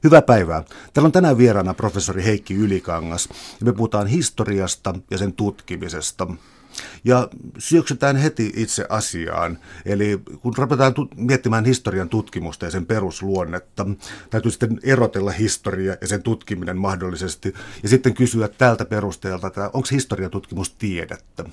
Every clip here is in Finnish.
Hyvää päivää. Täällä on tänään vieraana professori Heikki Ylikangas ja me puhutaan historiasta ja sen tutkimisesta. Ja syöksytään heti itse asiaan. Eli kun ruvetaan miettimään historian tutkimusta ja sen perusluonnetta, täytyy sitten erotella historia ja sen tutkiminen mahdollisesti ja sitten kysyä tältä perusteelta, että onko historian tutkimus tiedettä?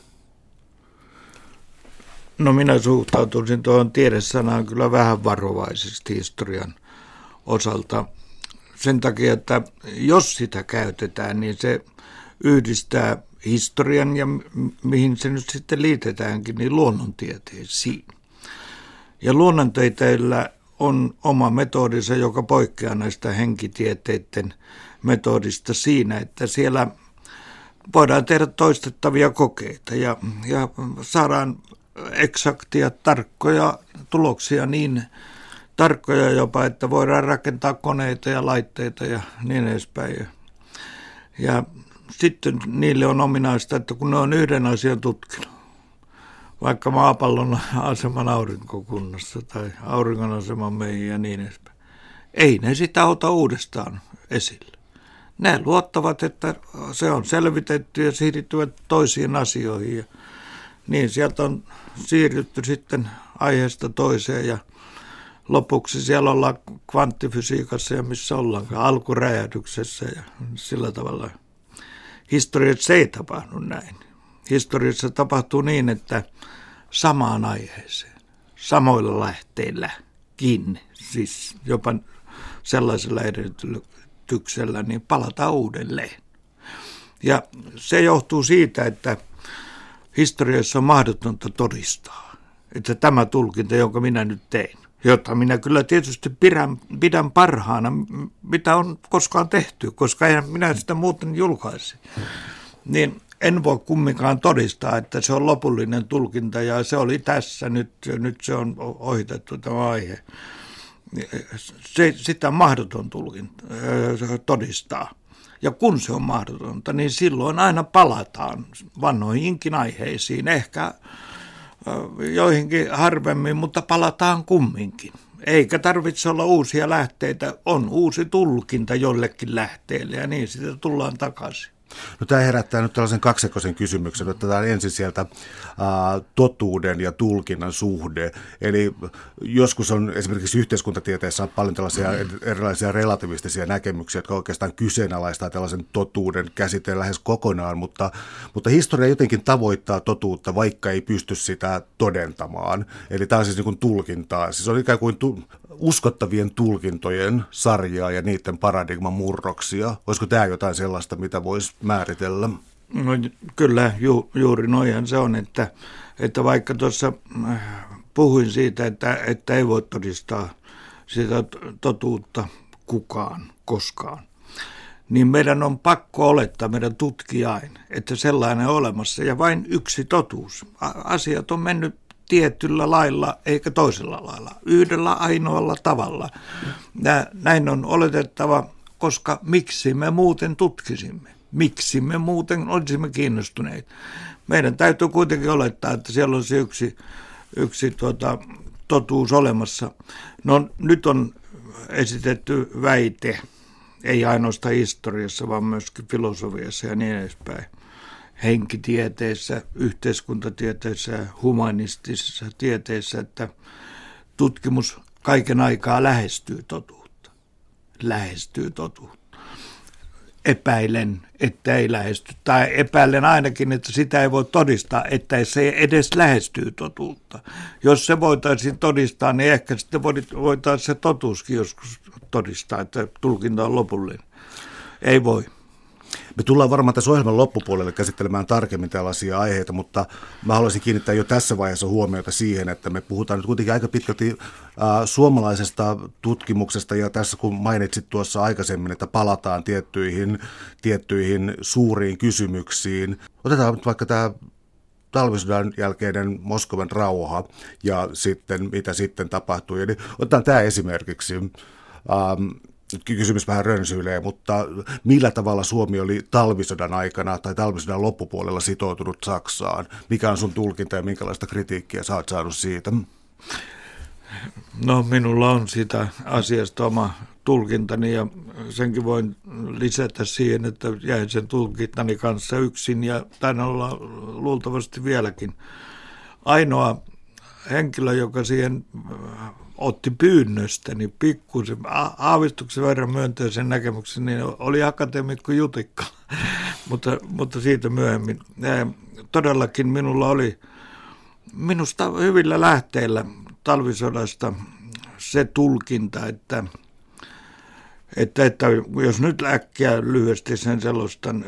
No minä suhtautuisin tuohon tiedesanaan kyllä vähän varovaisesti historian osalta. Sen takia, että jos sitä käytetään, niin se yhdistää historian ja mihin se nyt sitten liitetäänkin, niin luonnontieteisiin. Ja luonnontieteillä on oma metodinsa, joka poikkeaa näistä henkitieteiden metodista siinä, että siellä voidaan tehdä toistettavia kokeita ja saadaan eksaktia, tarkkoja tuloksia, niin tarkkoja jopa, että voidaan rakentaa koneita ja laitteita ja niin edespäin. Ja sitten niille on ominaista, että kun ne on yhden asian tutkinut, vaikka maapallon aseman aurinkokunnassa tai auringon aseman meihin ja niin edespäin, ei ne sitä ota uudestaan esille. Ne luottavat, että se on selvitetty ja siirtyvät toisiin asioihin. Ja niin sieltä on siirrytty sitten aiheesta toiseen ja lopuksi siellä ollaan kvanttifysiikassa ja missä ollaankaan, alkuräjähdyksessä ja sillä tavalla. Historiassa ei tapahdu näin. Historiassa tapahtuu niin, että samaan aiheeseen, samoilla lähteilläkin, siis jopa sellaisella edellytyksellä, niin palataan uudelleen. Ja se johtuu siitä, että historiassa on mahdotonta todistaa, että tämä tulkinta, jonka minä nyt tein, jota minä kyllä tietysti pidän parhaana, mitä on koskaan tehty, koska en minä sitä muuten julkaisi, niin en voi kumminkaan todistaa, että se on lopullinen tulkinta ja se oli tässä, nyt se on ohitettu tämä aihe. Sitä on mahdoton tulkinta todistaa. Ja kun se on mahdotonta, niin silloin aina palataan vanhoihinkin aiheisiin, ehkä joihinkin harvemmin, mutta palataan kumminkin. Eikä tarvitse olla uusia lähteitä, on uusi tulkinta jollekin lähteelle ja niin sitä tullaan takaisin. No, tämä herättää nyt tällaisen kaksijakoisen kysymyksen. Otetaan ensin sieltä totuuden ja tulkinnan suhde. Eli joskus on esimerkiksi yhteiskuntatieteessä paljon tällaisia erilaisia relativistisia näkemyksiä, jotka oikeastaan kyseenalaistaa tällaisen totuuden käsitteen lähes kokonaan, mutta historia jotenkin tavoittaa totuutta, vaikka ei pysty sitä todentamaan. Eli tämä on siis niin kuin tulkintaa. Siis on ikään kuin uskottavien tulkintojen sarjaa ja niiden paradigman murroksia. Olisiko tämä jotain sellaista, mitä voisi määritellä? No, kyllä, juuri noinhan se on, että vaikka tuossa puhuin siitä, että ei voi todistaa sitä totuutta kukaan, koskaan, niin meidän on pakko olettaa, meidän tutkijain, että sellainen on olemassa ja vain yksi totuus. Asiat on mennyt tietyllä lailla eikä toisella lailla, yhdellä ainoalla tavalla. Näin on oletettava, koska miksi me muuten tutkisimme? Miksi me muuten olisimme kiinnostuneita? Meidän täytyy kuitenkin olettaa, että siellä on se yksi totuus olemassa. No nyt on esitetty väite, ei ainoastaan historiassa, vaan myöskin filosofiassa ja niin edespäin. Henkitieteissä, yhteiskuntatieteessä ja humanistisissa tieteissä, että tutkimus kaiken aikaa lähestyy totuutta. Epäilen, että ei lähesty, tai epäilen ainakin, että sitä ei voi todistaa, että se edes lähestyy totuutta. Jos se voitaisiin todistaa, niin ehkä sitten voitaisiin se totuuskin joskus todistaa, että tulkinta on lopullinen. Ei voi. Me tullaan varmaan tässä ohjelman loppupuolelle käsittelemään tarkemmin tällaisia aiheita, mutta mä haluaisin kiinnittää jo tässä vaiheessa huomiota siihen, että me puhutaan nyt kuitenkin aika pitkälti suomalaisesta tutkimuksesta, ja tässä kun mainitsit tuossa aikaisemmin, että palataan tiettyihin suuriin kysymyksiin. Otetaan nyt vaikka tämä talvisodan jälkeinen Moskovan rauha ja sitten mitä sitten tapahtui. Eli otetaan tämä esimerkiksi. Kysymys vähän rönsyilee, mutta millä tavalla Suomi oli talvisodan aikana tai talvisodan loppupuolella sitoutunut Saksaan? Mikä on sun tulkinta ja minkälaista kritiikkiä sä oot saanut siitä? No, minulla on sitä asiasta oma tulkintani ja senkin voin lisätä siihen, että jäin sen tulkintani kanssa yksin ja taidan olla luultavasti vieläkin. Ainoa henkilö, joka siihen otti pyynnöstäni pikkuisen aavistuksen verran myönteisen näkemyksen, niin oli akateemikko Jutikka, mutta siitä myöhemmin. Todellakin minulla oli minusta hyvillä lähteillä talvisodasta se tulkinta, että jos nyt äkkiä lyhyesti sen selostan,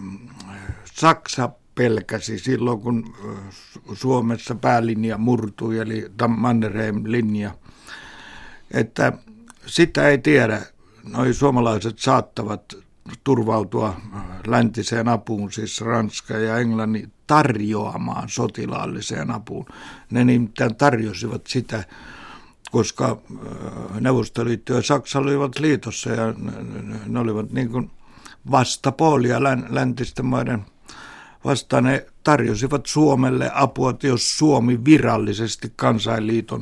Saksa pelkäsi silloin, kun Suomessa päälinja murtui, eli Mannerheim-linja, että sitä ei tiedä. Noi suomalaiset saattavat turvautua läntiseen apuun, siis Ranska ja Englannin tarjoamaan sotilaalliseen apuun. Ne nimittäin tarjosivat sitä, koska Neuvostoliitto ja Saksa olivat liitossa ja ne olivat niin kuin vastapuolia läntisten maiden vastaan. Ne tarjosivat Suomelle apua, että jos Suomi virallisesti Kansainliiton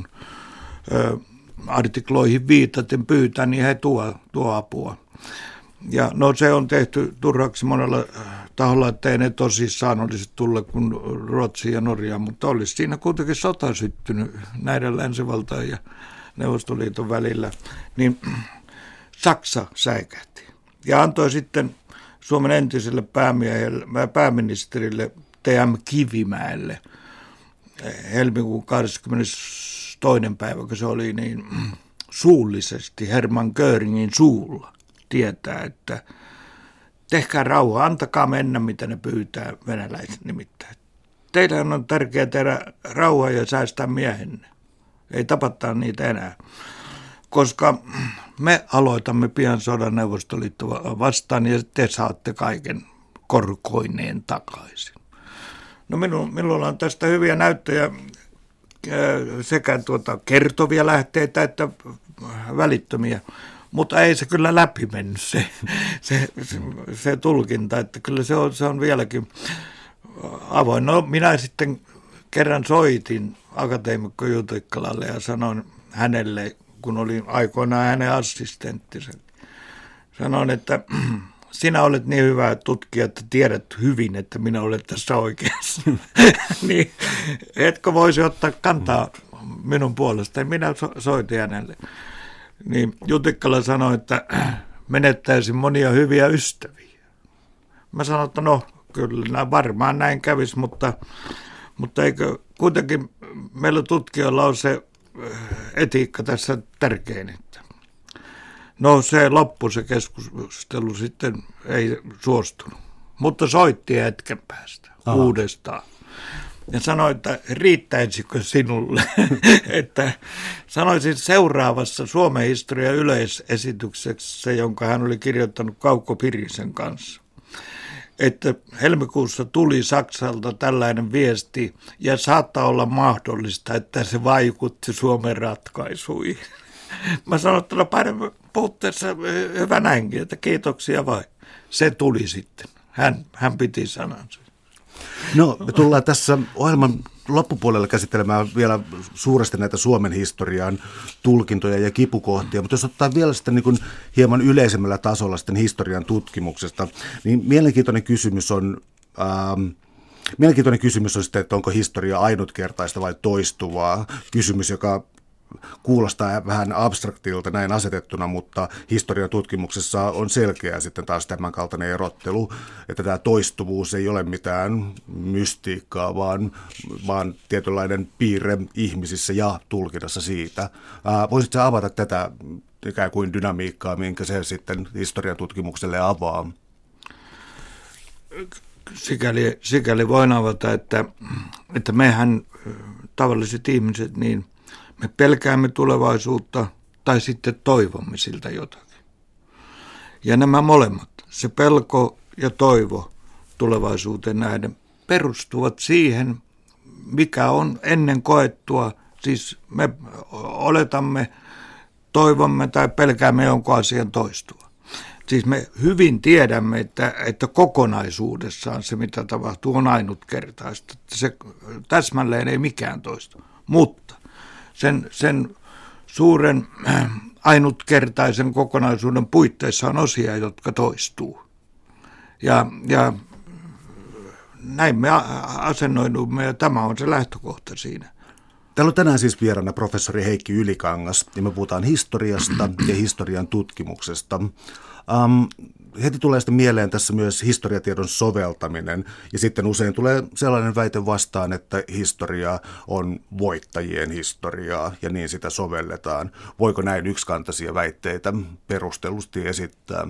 artikloihin viitaten pyytää, niin he tuo apua. Ja no se on tehty turhaksi monella taholla, että ei ne tosissaan olisi tulla kuin Ruotsi ja Norja, mutta olisi siinä kuitenkin sota syttynyt näiden länsivaltain ja Neuvostoliiton välillä, niin Saksa säikähti ja antoi sitten Suomen entiselle pääministerille T.M. Kivimäelle helmikuun 22. päivä, kun se oli niin suullisesti Hermann Göringin suulla tietää, että tehkää rauha, antakaa mennä, mitä ne pyytää venäläiset nimittäin. Teidän on tärkeää tehdä rauhaa ja säästää miehenne. Ei tapattaa niitä enää, koska me aloitamme pian sodan Neuvostoliittoa vastaan ja te saatte kaiken korkoineen takaisin. No minulla on tästä hyviä näyttöjä, sekä kertovia lähteitä että välittömiä. Mutta ei se kyllä läpi mennyt se tulkinta, että kyllä se on vieläkin avoin. No minä sitten kerran soitin akateemikko Jutikkalalle ja sanoin hänelle, kun olin aikoinaan hänen assistenttinsa, sanoin, että sinä olet niin hyvä tutkija, että tiedät hyvin, että minä olen tässä oikeassa. Niin, etkö voisi ottaa kantaa minun puolestani? Minä soitin hänelle. Niin Jutikkala sanoi, että menettäisin monia hyviä ystäviä. Mä sanoin, että no kyllä varmaan näin kävisi, mutta eikö kuitenkin meillä tutkijoilla on se etiikka tässä tärkein. No se loppui se keskustelu sitten, ei suostunut, mutta soitti hetken päästä uudestaan. Ja sanoi, että riittäisikö sinulle, että sanoisin seuraavassa Suomen historian yleisesityksessä, jonka hän oli kirjoittanut Kauko Pirisen kanssa, että helmikuussa tuli Saksalta tällainen viesti ja saattaa olla mahdollista, että se vaikutti Suomen ratkaisuihin. Mä sanoin, että no puutteessa hyvä näinkin, että kiitoksia vain. Se tuli sitten. Hän piti sanansa. No, me tullaan tässä ohjelman loppupuolella käsittelemään vielä suuresti näitä Suomen historian tulkintoja ja kipukohtia, mutta jos ottaa vielä sitten niin kuin hieman yleisemmällä tasolla sitten historian tutkimuksesta, niin mielenkiintoinen kysymys on sitten, että onko historia ainutkertaista vai toistuvaa. Kysymys, joka kuulostaa vähän abstraktilta näin asetettuna, mutta historian tutkimuksessa on selkeä sitten taas tämän kaltainen erottelu, että tämä toistuvuus ei ole mitään mystiikkaa, vaan tietynlainen piirre ihmisissä ja tulkinnassa siitä. Voisitko avata tätä ikään kuin dynamiikkaa, minkä se sitten historian tutkimukselle avaa? Sikäli voin avata, että mehän tavalliset ihmiset, niin me pelkäämme tulevaisuutta tai sitten toivomme siltä jotakin. Ja nämä molemmat, se pelko ja toivo tulevaisuuteen nähden, perustuvat siihen, mikä on ennen koettua. Siis me oletamme, toivomme tai pelkäämme jonkun asian toistua. Siis me hyvin tiedämme, että kokonaisuudessaan se, mitä tapahtuu, on ainutkertaista. Se täsmälleen ei mikään toistu, mutta sen suuren ainutkertaisen kokonaisuuden puitteissa on osia, jotka toistuu. Ja näin me asennoidumme, ja tämä on se lähtökohta siinä. Täällä on tänään siis vieraana professori Heikki Ylikangas, ja me puhutaan historiasta ja historian tutkimuksesta. Heti tulee sitten mieleen tässä myös historiatiedon soveltaminen, ja sitten usein tulee sellainen väite vastaan, että historia on voittajien historiaa, ja niin sitä sovelletaan. Voiko näin yksikantaisia väitteitä perustellusti esittää?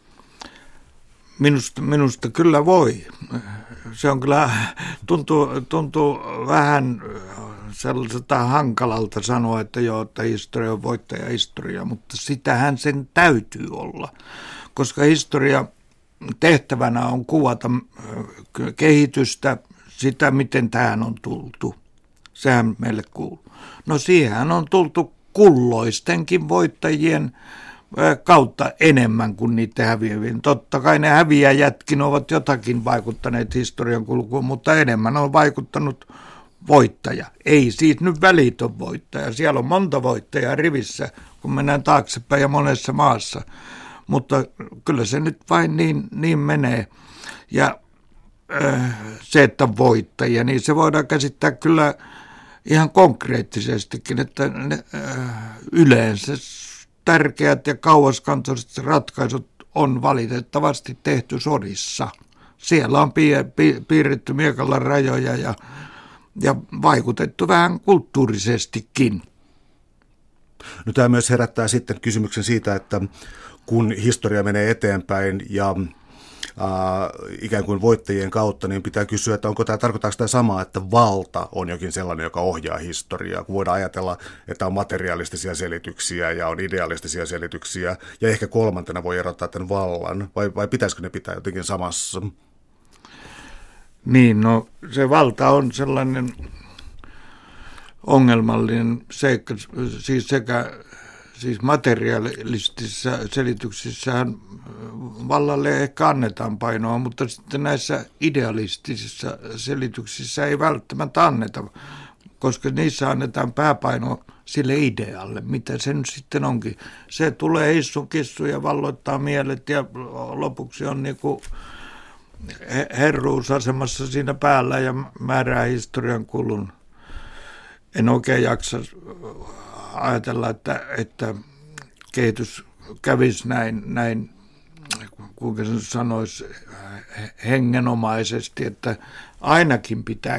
Minusta kyllä voi. Se on kyllä, tuntuu vähän sellaiselta hankalalta sanoa, että historia on voittajahistoria, mutta sitähän sen täytyy olla, koska historia tehtävänä on kuvata kehitystä, sitä miten tähän on tultu. Sehän meille kuuluu. No siihen on tultu kulloistenkin voittajien kautta enemmän kuin niiden häviävien. Totta kai ne häviäjätkin ovat jotakin vaikuttaneet historian kulkuun, mutta enemmän on vaikuttanut voittaja. Ei siis nyt välitön voittaja. Siellä on monta voittajaa rivissä, kun mennään taaksepäin ja monessa maassa. Mutta kyllä se nyt vain niin menee. Ja se, että voittajia, niin se voidaan käsittää kyllä ihan konkreettisestikin, että yleensä tärkeät ja kauaskantoiset ratkaisut on valitettavasti tehty sodissa. Siellä on piirretty miekalla rajoja ja vaikutettu vähän kulttuurisestikin. No, tämä myös herättää sitten kysymyksen siitä, että kun historia menee eteenpäin ja ikään kuin voittajien kautta, niin pitää kysyä, että tarkoittaako tämä samaa, että valta on jokin sellainen, joka ohjaa historiaa, kun voidaan ajatella, että on materialistisia selityksiä ja on idealistisia selityksiä, ja ehkä kolmantena voi erottaa tämän vallan, vai pitäisikö ne pitää jotenkin samassa? Niin, no se valta on sellainen ongelmallinen seikka, siis materialistisissa selityksissähän vallalle ehkä annetaan painoa, mutta sitten näissä idealistisissa selityksissä ei välttämättä anneta, koska niissä annetaan pääpaino sille idealle, mitä se nyt sitten onkin. Se tulee hissu ja valloittaa mielet ja lopuksi on niin kuin herruusasemassa siinä päällä ja määrää historian kulun. En oikein jaksa ajatella, että kehitys kävisi näin, kuinka sen sanoisi, hengenomaisesti, että ainakin pitää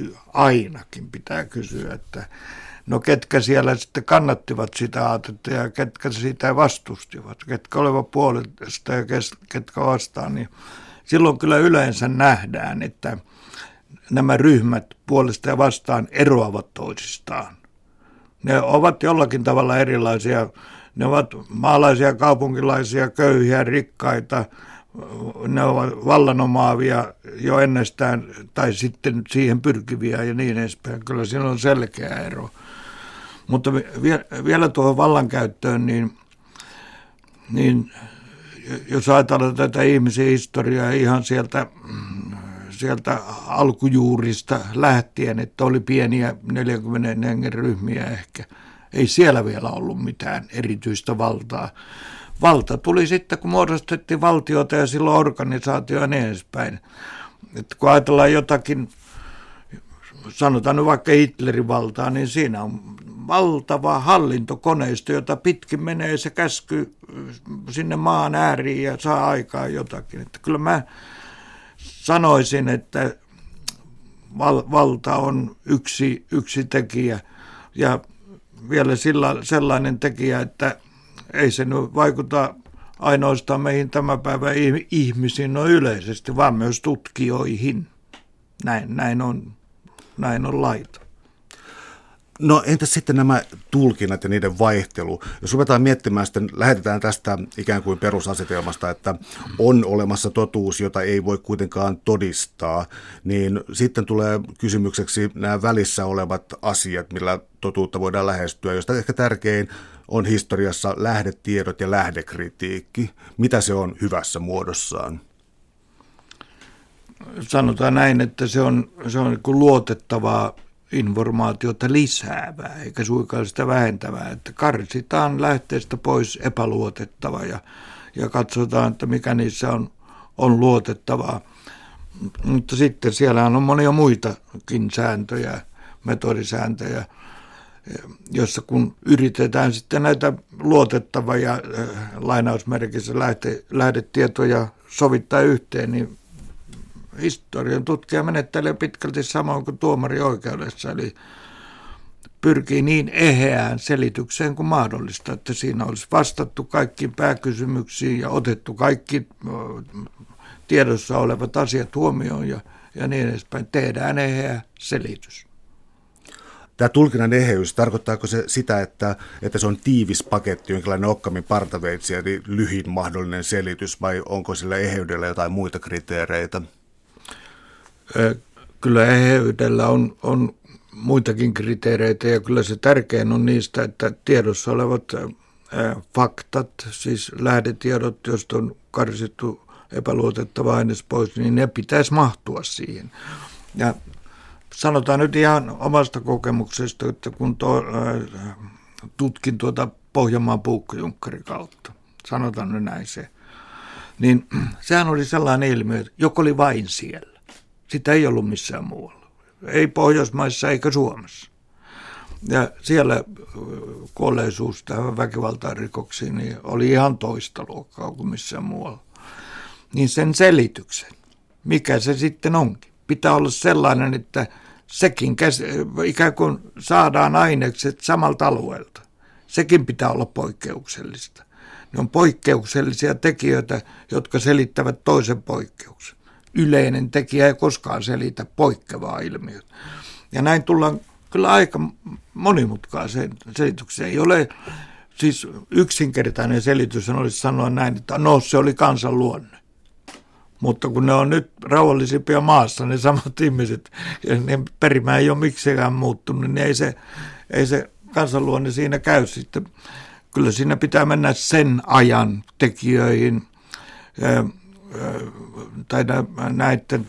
kysyä, että no ketkä siellä sitten kannattivat sitä aatetta ja ketkä sitä vastustivat, ketkä olivat puolesta ja ketkä vastaan, niin silloin kyllä yleensä nähdään, että nämä ryhmät puolesta ja vastaan eroavat toisistaan. Ne ovat jollakin tavalla erilaisia. Ne ovat maalaisia, kaupunkilaisia, köyhiä, rikkaita. Ne ovat vallanomaavia jo ennestään tai sitten siihen pyrkiviä ja niin edespäin. Kyllä siinä on selkeä ero. Mutta vielä tuohon vallankäyttöön, niin jos ajatellaan tätä ihmisen historiaa ihan sieltä alkujuurista lähtien, että oli pieniä 40 hengen ryhmiä ehkä. Ei siellä vielä ollut mitään erityistä valtaa. Valta tuli sitten, kun muodostettiin valtiota ja silloin organisaatio ja niin edespäin. Että kun ajatellaan jotakin, sanotaan nyt vaikka Hitlerin valtaa, niin siinä on valtava hallintokoneisto, jota pitkin menee se käsky sinne maan ääriin ja saa aikaan jotakin. Että kyllä mä sanoisin, että valta on yksi tekijä ja vielä sellainen tekijä, että ei se nyt vaikuta ainoastaan meihin tämän päivän ihmisiin no yleisesti, vaan myös tutkijoihin. Näin on laita. No entäs sitten nämä tulkinnat ja niiden vaihtelu? Jos ruvetaan miettimään, sitten lähdetään tästä ikään kuin perusasetelmasta, että on olemassa totuus, jota ei voi kuitenkaan todistaa, niin sitten tulee kysymykseksi nämä välissä olevat asiat, millä totuutta voidaan lähestyä, josta ehkä tärkein on historiassa lähdetiedot ja lähdekritiikki. Mitä se on hyvässä muodossaan? Sanotaan näin, että se on niin kuin luotettavaa informaatiota lisäävää eikä suinkaan sitä vähentävää, että karsitaan lähteestä pois epäluotettava ja katsotaan, että mikä niissä on luotettavaa. Mutta sitten siellähän on monia muitakin sääntöjä, metodisääntöjä, jossa kun yritetään sitten näitä luotettavia lainausmerkissä lähdetietoja sovittaa yhteen, niin historian tutkija menettelee pitkälti samoin kuin tuomari oikeudessa, eli pyrkii niin eheään selitykseen kuin mahdollista, että siinä olisi vastattu kaikkiin pääkysymyksiin ja otettu kaikki tiedossa olevat asiat huomioon ja niin edespäin. Tehdään eheä selitys. Tämä tulkinnan eheys, tarkoittaako se sitä, että se on tiivis paketti, jonkinlainen Okkamin partaveitsi, eli lyhin mahdollinen selitys, vai onko sillä eheydellä jotain muita kriteereitä? Kyllä eheydellä on muitakin kriteereitä, ja kyllä se tärkein on niistä, että tiedossa olevat faktat, siis lähdetiedot, joista on karsittu epäluotettava aines pois, niin ne pitäisi mahtua siihen. Ja sanotaan nyt ihan omasta kokemuksesta, että kun tutkin tuota Pohjanmaan puukkojunkkarin kautta, sanotaan nyt näin se, niin sehän oli sellainen ilmiö, joka oli vain siellä. Sitä ei ollut missään muualla. Ei Pohjoismaissa eikä Suomessa. Ja siellä kuolleisuus tähän väkivaltaan rikoksiin niin oli ihan toista luokkaa kuin missään muualla. Niin sen selityksen, mikä se sitten onkin, pitää olla sellainen, että sekin ikään kuin saadaan ainekset samalta alueelta. Sekin pitää olla poikkeuksellista. Ne on poikkeuksellisia tekijöitä, jotka selittävät toisen poikkeuksen. Yleinen tekijä ei koskaan selitä poikkeavaa ilmiötä. Ja näin tullaan kyllä aika monimutkaiseen selitykseen. Ei ole siis yksinkertainen selitys, olisi sanoa näin, että no se oli kansan luonne. Mutta kun ne on nyt rauhallisimpia maassa, ne samat ihmiset, ja ne perimä ei ole miksikään muuttunut, niin ei se kansanluonne siinä käy sitten. Kyllä siinä pitää mennä sen ajan tekijöihin, tai näiden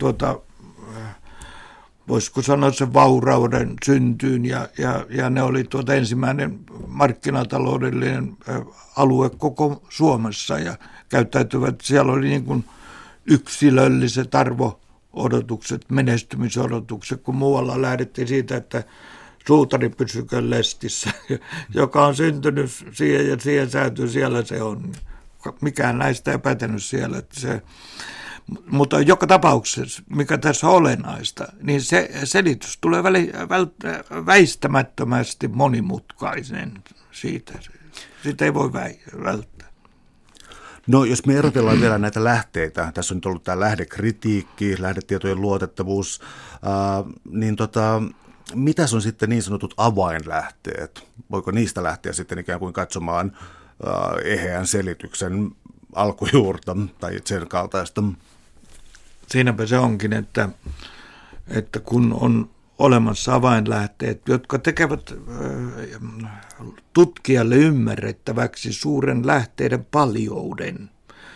voisiko sanoa sen vaurauden syntyyn, ja ne oli ensimmäinen markkinataloudellinen alue koko Suomessa, ja käyttäytyvät, siellä oli niin kuin yksilölliset arvo-odotukset, menestymisodotukset, kun muualla lähdettiin siitä, että suutari pysyköön lestissä, joka on syntynyt siihen ja siihen säätyy, siellä se on. Mikään näistä ei pätenyt siellä. Mutta joka tapauksessa, mikä tässä on olennaista, niin se selitys tulee väistämättömästi monimutkainen siitä. Sitä ei voi välttää. No jos me erotellaan vielä näitä lähteitä, tässä on nyt ollut tämä lähdekritiikki, lähdetietojen luotettavuus, niin mitä on sitten niin sanotut avainlähteet? Voiko niistä lähteä sitten ikään kuin katsomaan eheän selityksen alkujuurta tai sen kaltaista? Siinäpä se onkin, että kun on olemassa avainlähteet, jotka tekevät tutkijalle ymmärrettäväksi suuren lähteiden paljouden.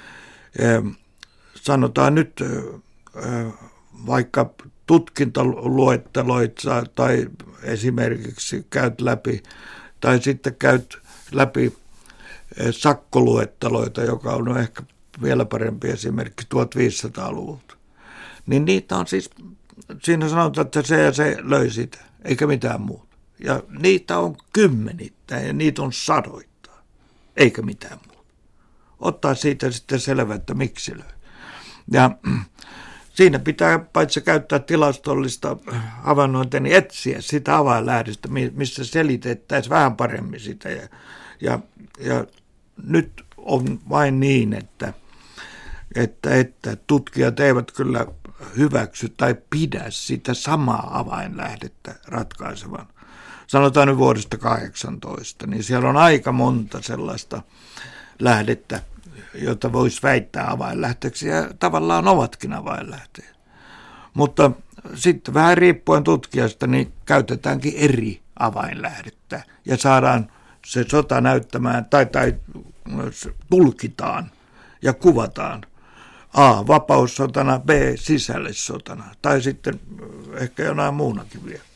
Sanotaan nyt vaikka tutkintaluetteloita tai esimerkiksi käyt läpi, tai sitten käyt läpi sakkoluetteloita, joka on ehkä vielä parempi esimerkki 1500-luvulta. Niin niitä on siis, siinä sanotaan, että se ja se löi sitä, eikä mitään muuta. Ja niitä on kymmenittäin ja niitä on sadoittain, eikä mitään muuta. Ottaa siitä sitten selvä, että miksi löi. Ja siinä pitää paitsi käyttää tilastollista havainnointia, niin etsiä sitä avainlähdestä, missä selitettäisiin vähän paremmin sitä. Ja nyt on vain niin, että tutkijat eivät kyllä hyväksy tai pidä sitä samaa avainlähdettä ratkaisevan. Sanotaan nyt vuodesta 18, niin siellä on aika monta sellaista lähdettä, jota voisi väittää avainlähteeksi, ja tavallaan ovatkin avainlähteet. Mutta sitten vähän riippuen tutkijasta, niin käytetäänkin eri avainlähdettä, ja saadaan se sota näyttämään, tai tulkitaan ja kuvataan A. vapaussotana, B. sisällissotana, tai sitten ehkä jonain muunakin vielä.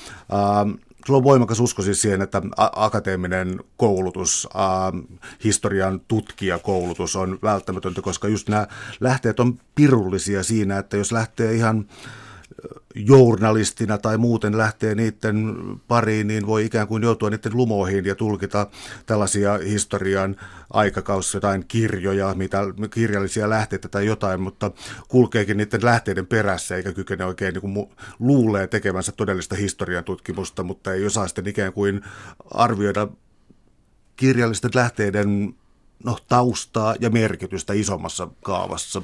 Sulla on voimakas usko siis siihen, että akateeminen koulutus, historian tutkijakoulutus on välttämätöntä, koska just nämä lähteet on pirullisia siinä, että jos lähtee ihan journalistina tai muuten lähtee niiden pariin, niin voi ikään kuin joutua niiden lumoihin ja tulkita tällaisia historian aikakausia, jotain kirjoja, kirjallisia lähteitä tai jotain, mutta kulkeekin niiden lähteiden perässä eikä kykene oikein niin kuin luulee tekemänsä todellista historian tutkimusta, mutta ei osaa sitten ikään kuin arvioida kirjallisten lähteiden taustaa ja merkitystä isommassa kaavassa.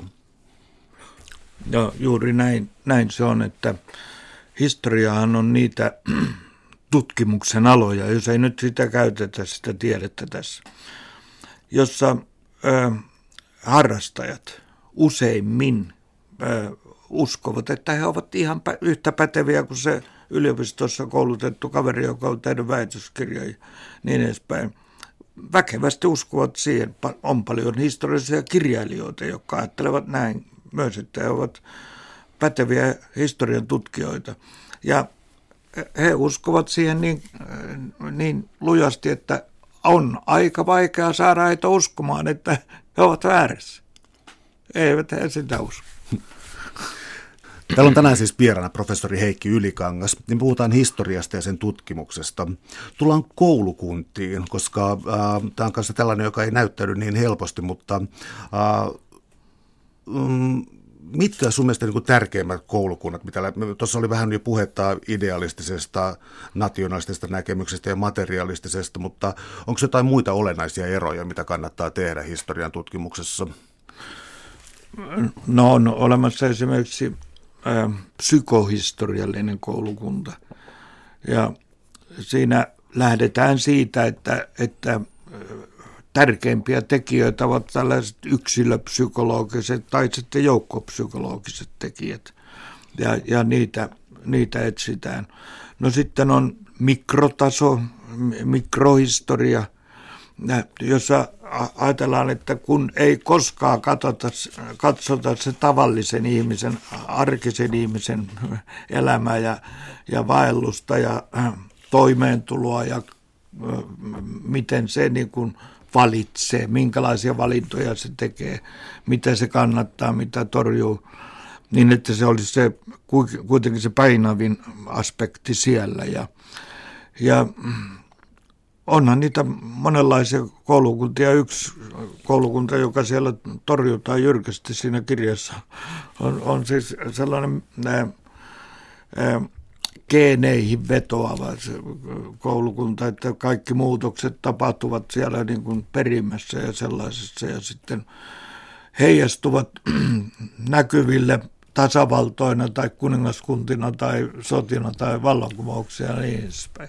No juuri näin se on, että historiahan on niitä tutkimuksen aloja, jos ei nyt sitä käytetä, sitä tiedettä tässä, jossa harrastajat useimmin uskovat, että he ovat ihan yhtä päteviä kuin se yliopistossa koulutettu kaveri, joka on tehnyt väitöskirjoja ja niin edespäin. Väkevästi uskovat siihen. On paljon historiallisia kirjailijoita, jotka ajattelevat näin myös, että he ovat päteviä historian tutkijoita. Ja he uskovat siihen niin lujasti, että on aika vaikea saada heitä uskomaan, että he ovat väärässä. Eivät he sitä usko. Täällä on tänään siis vieraana professori Heikki Ylikangas, niin puhutaan historiasta ja sen tutkimuksesta. Tullaan koulukuntiin, koska tämä on kanssa tällainen, joka ei näyttäydy niin helposti, mutta mitkä sun mielestä niin tärkeimmät koulukunnat? Tuossa oli vähän jo puhetta idealistisesta, nationalistisesta näkemyksestä ja materialistisesta, mutta onko jotain muita olennaisia eroja, mitä kannattaa tehdä historian tutkimuksessa? No on olemassa esimerkiksi psykohistoriallinen koulukunta. Ja siinä lähdetään siitä, että tärkeimpiä tekijöitä ovat tällaiset yksilöpsykologiset tai sitten joukkopsykologiset tekijät. Ja niitä etsitään. No sitten on mikrotaso, mikrohistoria, jossa ajatellaan, että kun ei koskaan katsota se tavallisen ihmisen, arkisen ihmisen elämää ja vaellusta ja toimeentuloa ja miten se niin kuin valitsee, minkälaisia valintoja se tekee, mitä se kannattaa, mitä torjuu, niin että se olisi se, kuitenkin se painavin aspekti siellä. Ja onhan niitä monenlaisia koulukuntia. Yksi koulukunta, joka siellä torjutaan jyrkästi siinä kirjassa, on siis sellainen geeneihin vetoava koulukunta, että kaikki muutokset tapahtuvat siellä niin kuin perimässä ja sellaisessa ja sitten heijastuvat näkyville tasavaltoina tai kuningaskuntina tai sotina tai vallankumouksia ja niin edespäin.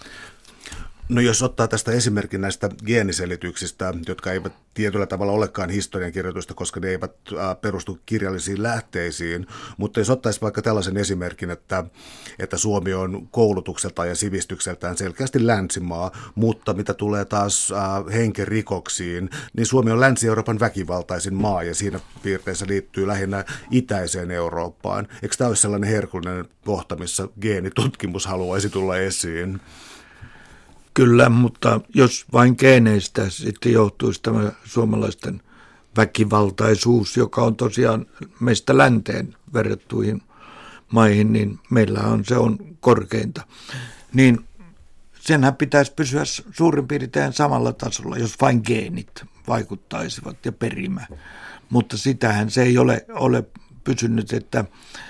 No jos ottaa tästä esimerkin näistä geeniselityksistä, jotka eivät tietyllä tavalla olekaan historiankirjoitusta, koska ne eivät perustu kirjallisiin lähteisiin, mutta jos ottaisi vaikka tällaisen esimerkin, että Suomi on koulutukseltaan ja sivistykseltään selkeästi länsimaa, mutta mitä tulee taas henkirikoksiin, niin Suomi on Länsi-Euroopan väkivaltaisin maa ja siinä piirteessä liittyy lähinnä itäiseen Eurooppaan. Eikö tämä olisi sellainen herkullinen kohta, missä geenitutkimus haluaisi tulla esiin? Kyllä, mutta jos vain geeneistä sitten johtuisi tämä suomalaisten väkivaltaisuus, joka on tosiaan meistä länteen verrattuihin maihin, niin meillä se on korkeinta. Niin senhän pitäisi pysyä suurin piirtein samalla tasolla, jos vain geenit vaikuttaisivat ja perimä. Mutta sitähän se ei ole pysynyt, että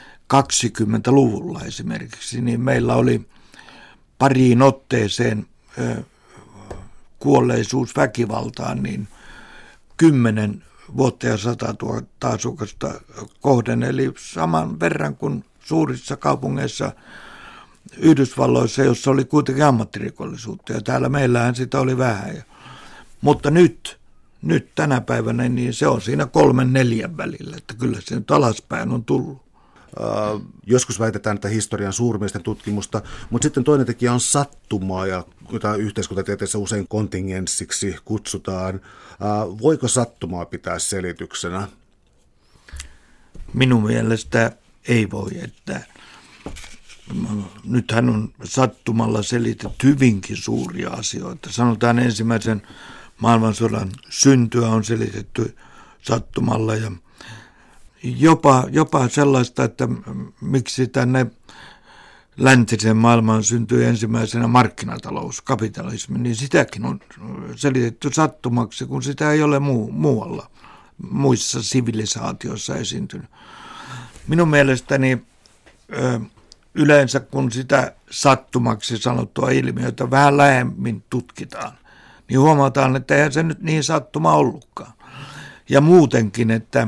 20-luvulla esimerkiksi, niin meillä oli pariin otteeseen kuolleisuus väkivaltaan, niin 10 vuotta ja 100 000 asukasta kohden, eli saman verran kuin suurissa kaupungeissa Yhdysvalloissa, jossa oli kuitenkin ammattirikollisuutta, ja täällä meillähän sitä oli vähän. Mutta nyt tänä päivänä, niin se on siinä 3-4 välillä, että kyllä se nyt alaspäin on tullut. Joskus väitetään, että historian suurmiesten tutkimusta, mutta sitten toinen tekijä on sattumaa, jota yhteiskuntatieteessä usein kontingenssiksi kutsutaan. Voiko sattumaa pitää selityksenä? Minun mielestä ei voi, että nythän on sattumalla selitetty hyvinkin suuria asioita. Sanotaan ensimmäisen maailmansodan syntyä on selitetty sattumalla ja jopa sellaista, että miksi tänne läntisen maailmaan syntyi ensimmäisenä markkinatalous, kapitalismi, niin sitäkin on selitetty sattumaksi, kun sitä ei ole muualla, muissa sivilisaatioissa esiintynyt. Minun mielestäni yleensä, kun sitä sattumaksi sanottua ilmiötä vähän lähemmin tutkitaan, niin huomataan, että eihän se nyt niin sattuma ollutkaan. Ja muutenkin, että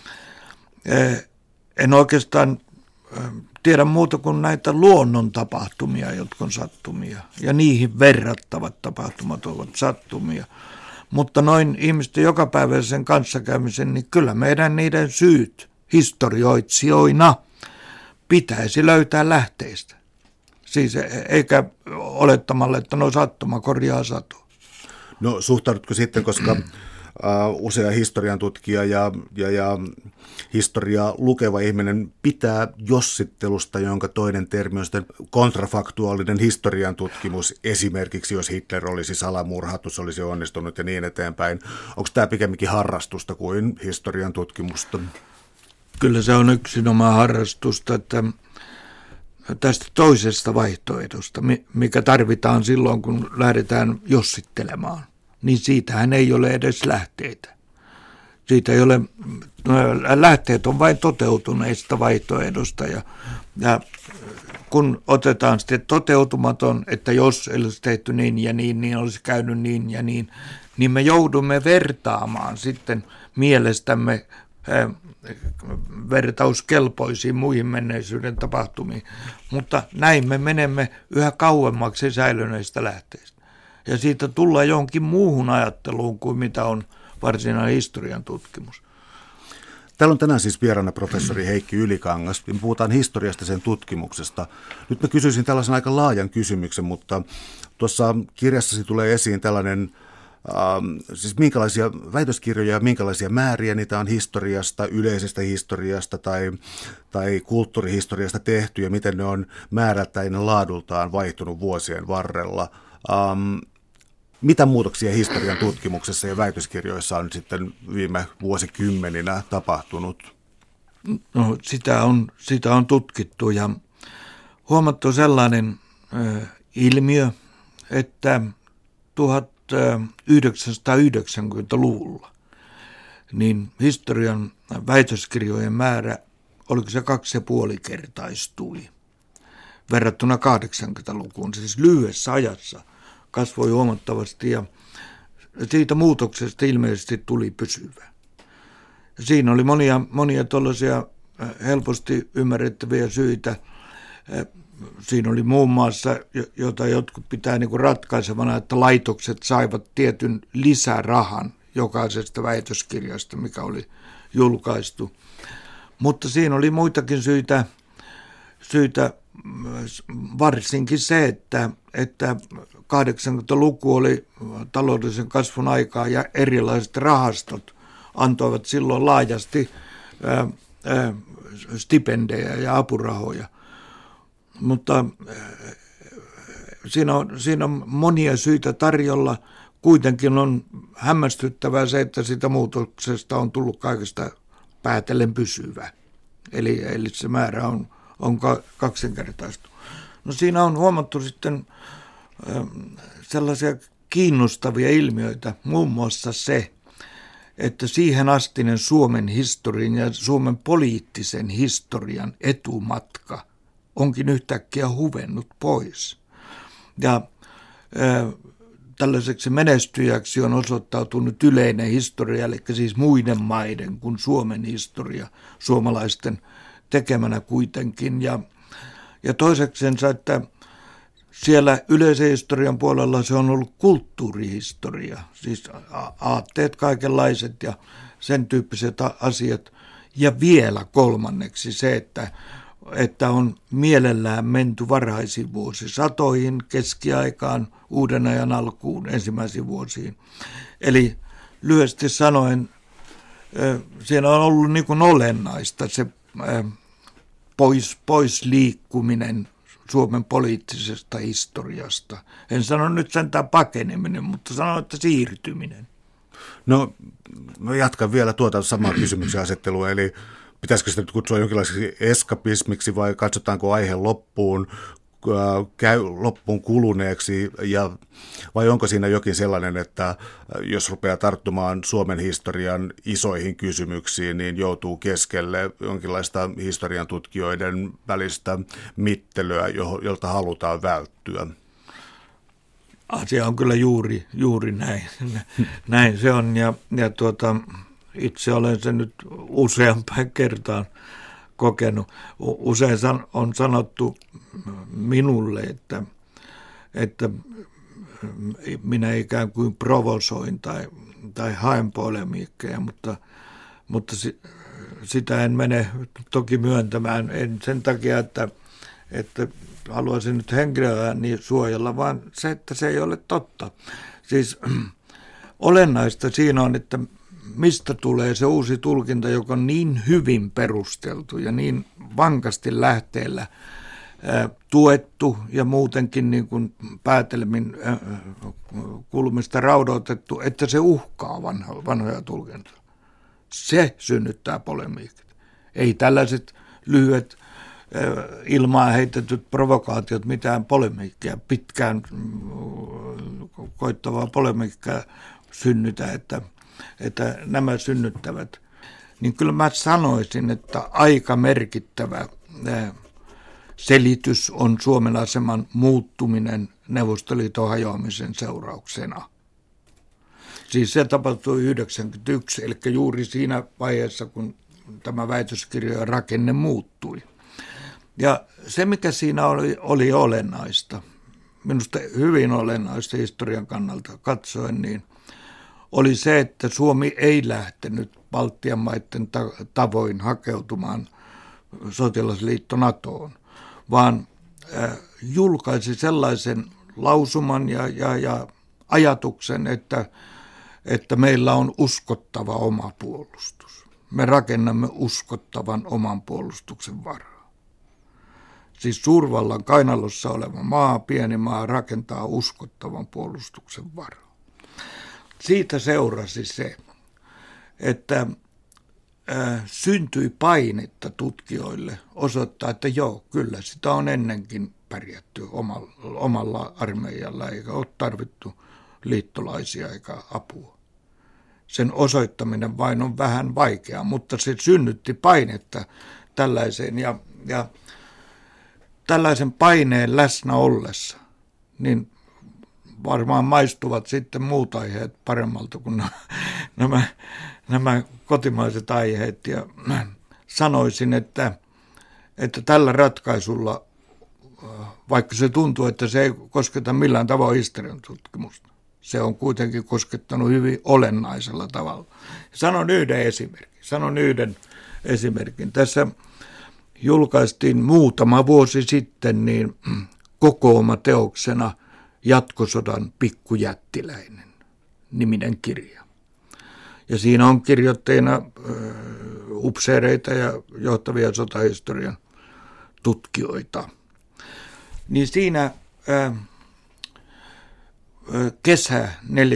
en oikeastaan tiedä muuta kuin näitä luonnon tapahtumia, jotka on sattumia. Ja niihin verrattavat tapahtumat ovat sattumia. Mutta noin ihmisten jokapäiväisen kanssakäymisen, niin kyllä meidän niiden syyt historioitsijoina pitäisi löytää lähteistä. Siis eikä olettamalla, että no sattuma korjaa satoa. No suhtaudutko sitten, koska usea historian tutkija ja historiaa lukeva ihminen pitää jossittelusta, jonka toinen termi on sitten kontrafaktuaalinen historian tutkimus, esimerkiksi jos Hitler olisi salamurhatus, olisi onnistunut ja niin eteenpäin. Onko tämä pikemminkin harrastusta kuin historian tutkimusta? Kyllä se on yksinomaan harrastusta, että tästä toisesta vaihtoehdosta, mikä tarvitaan silloin, kun lähdetään jossittelemaan, niin siitähän ei ole edes lähteitä. Siitä ei ole, lähteet on vain toteutuneista vaihtoehdosta ja kun otetaan sitten toteutumaton, että jos olisi tehty niin ja niin olisi käynyt niin ja niin me joudumme vertaamaan sitten mielestämme vertauskelpoisiin muihin menneisyyden tapahtumiin, mutta näin me menemme yhä kauemmaksi säilyneistä lähteistä. Ja siitä tullaan johonkin muuhun ajatteluun kuin mitä on varsinainen historian tutkimus. Täällä on tänään siis vieraana professori Heikki Ylikangas. Me puhutaan historiasta, sen tutkimuksesta. Nyt mä kysyisin tällaisen aika laajan kysymyksen, mutta tuossa kirjassasi tulee esiin tällainen, siis minkälaisia väitöskirjoja ja minkälaisia määriä niitä on historiasta, yleisestä historiasta tai kulttuurihistoriasta tehty ja miten ne on määrältään ja laadultaan vaihtunut vuosien varrella. Mitä muutoksia historian tutkimuksessa ja väitöskirjoissa on sitten viime vuosikymmeninä tapahtunut? No, sitä on tutkittu ja huomattu sellainen ilmiö, että 1990-luvulla niin historian väitöskirjojen määrä, oliko se 2,5-kertaistui verrattuna 80-lukuun, siis lyhyessä ajassa kasvoi huomattavasti ja siitä muutoksesta ilmeisesti tuli pysyvä. Siinä oli monia tuollaisia helposti ymmärrettäviä syitä. Siinä oli muun muassa, jota jotkut pitää niin kuin ratkaisevana, että laitokset saivat tietyn lisärahan jokaisesta väitöskirjasta, mikä oli julkaistu. Mutta siinä oli muitakin syitä varsinkin se, että 80-luku oli taloudellisen kasvun aikaa ja erilaiset rahastot antoivat silloin laajasti stipendejä ja apurahoja. Mutta siinä on monia syitä tarjolla. Kuitenkin on hämmästyttävää se, että siitä muutoksesta on tullut kaikesta päätellen pysyvä. Eli se määrä on kaksinkertaistu. No siinä on huomattu sitten sellaisia kiinnostavia ilmiöitä, muun muassa se, että siihen astinen Suomen historian ja Suomen poliittisen historian etumatka onkin yhtäkkiä huvennut pois. Ja tällaiseksi menestyjäksi on osoittautunut yleinen historia, eli siis muiden maiden kuin Suomen historia, suomalaisten tekemänä kuitenkin. Ja toiseksensa, että siellä yleisen historian puolella se on ollut kulttuurihistoria, siis aatteet kaikenlaiset ja sen tyyppiset asiat. Ja vielä kolmanneksi se, että on mielellään menty varhaisiin vuosisatoihin, keskiaikaan, uuden ajan alkuun, ensimmäisiin vuosiin. Eli lyhyesti sanoen, siinä on ollut niin kuin olennaista se pois liikkuminen Suomen poliittisesta historiasta. En sano nyt sentään pakeneminen, mutta sanon, että siirtyminen. No, mä jatkan vielä tuota samaa kysymyksen asettelua, eli pitäisikö sitä nyt kutsua jonkinlaiseksi eskapismiksi vai katsotaanko aihe loppuun kuluneeksi, vai onko siinä jokin sellainen, että jos rupeaa tarttumaan Suomen historian isoihin kysymyksiin, niin joutuu keskelle jonkinlaista historian tutkijoiden välistä mittelyä, jolta halutaan välttyä? Asia on kyllä juuri näin. Näin se on, ja itse olen sen nyt useampaan kertaan kokenut. Usein on sanottu minulle, että minä ikään kuin provosoin tai haen polemiikkeja, mutta sitä en mene toki myöntämään. En sen takia, että haluaisin nyt henkilöäni suojella, vaan se, että se ei ole totta. Siis olennaista siinä on, että mistä tulee se uusi tulkinta, joka on niin hyvin perusteltu ja niin vankasti lähteellä tuettu ja muutenkin niin kuin päätelmin kulmista raudoitettu, että se uhkaa vanhoja tulkintoja. Se synnyttää polemiikit. Ei tällaiset lyhyet ilmaan heitetyt provokaatiot mitään polemiikkia, pitkään koittavaa polemiikkaa synnytä, että nämä synnyttävät. Niin kyllä mä sanoisin, että aika merkittävä selitys on Suomen aseman muuttuminen Neuvostoliiton hajoamisen seurauksena. Siis se tapahtui 1991, eli juuri siinä vaiheessa, kun tämä väitöskirjojen rakenne muuttui. Ja se, mikä siinä oli olennaista, minusta hyvin olennaista historian kannalta katsoen, niin oli se, että Suomi ei lähtenyt Baltian maiden tavoin hakeutumaan sotilasliitto NATOon, vaan julkaisi sellaisen lausuman ja ajatuksen, että meillä on uskottava oma puolustus. Me rakennamme uskottavan oman puolustuksen varaa. Siis suurvallan kainalossa oleva maa, pieni maa, rakentaa uskottavan puolustuksen varaa. Siitä seurasi se, että syntyi painetta tutkijoille osoittaa, että joo, kyllä sitä on ennenkin pärjätty omalla armeijalla, eikä ole tarvittu liittolaisia eikä apua. Sen osoittaminen vain on vähän vaikeaa, mutta se synnytti painetta tällaiseen ja tällaisen paineen läsnä ollessa, niin varmaan maistuvat sitten muut aiheet paremmalta kuin nämä kotimaiset aiheet. Ja sanoisin, että tällä ratkaisulla, vaikka se tuntuu, että se ei kosketa millään tavalla historian tutkimusta, se on kuitenkin koskettanut hyvin olennaisella tavalla. Sanon yhden esimerkin. Tässä julkaistiin muutama vuosi sitten niin kokooma-teoksena Jatkosodan pikkujättiläinen niminen kirja. Ja siinä on kirjoittajina upseereita ja johtavia sotahistorian tutkijoita. Niin siinä kesä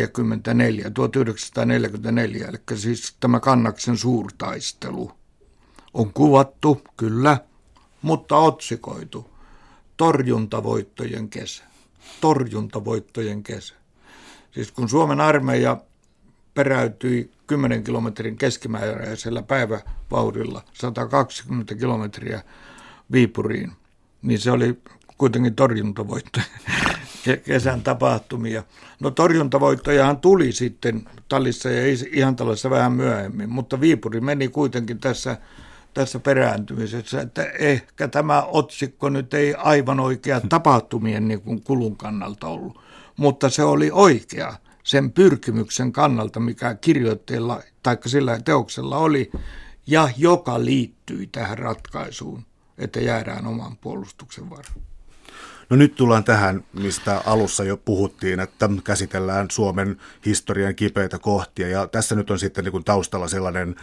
1944, eli siis tämä Kannaksen suurtaistelu, on kuvattu, kyllä, mutta otsikoitu torjuntavoittojen kesä. Torjuntavoittojen kesä. Siis kun Suomen armeija peräytyi 10 kilometrin keskimääräisellä päivävauhdilla 120 kilometriä Viipuriin, niin se oli kuitenkin torjuntavoittojen kesän tapahtumia. No torjuntavoittojahan tuli sitten Tallissa ja Ihantalassa vähän myöhemmin, mutta Viipuri meni kuitenkin tässä perääntymisessä, että ehkä tämä otsikko nyt ei aivan oikea tapahtumien niin kuin kulun kannalta ollut, mutta se oli oikea sen pyrkimyksen kannalta, mikä kirjoittajilla tai sillä teoksella oli, ja joka liittyi tähän ratkaisuun, että jäädään oman puolustuksen varaan. No nyt tullaan tähän, mistä alussa jo puhuttiin, että käsitellään Suomen historian kipeitä kohtia, ja tässä nyt on sitten niin kuin taustalla sellainen